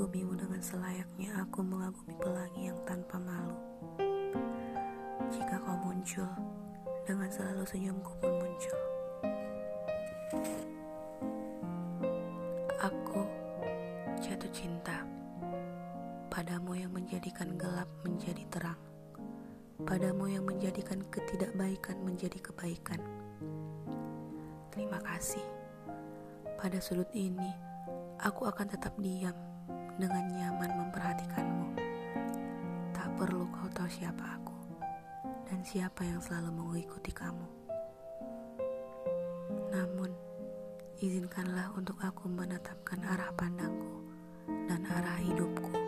mengagumimu dengan selayaknya aku mengagumi pelangi yang tanpa malu. Jika kau muncul, dengan selalu senyumku pun muncul. Aku jatuh cinta padamu yang menjadikan gelap menjadi terang, padamu yang menjadikan ketidakbaikan menjadi kebaikan. Terima kasih. Pada sudut ini, aku akan tetap diam dengan nyaman memperhatikanmu. Tak perlu kau tahu siapa aku dan siapa yang selalu mengikuti kamu. Namun, izinkanlah untuk aku menetapkan arah pandangku dan arah hidupku.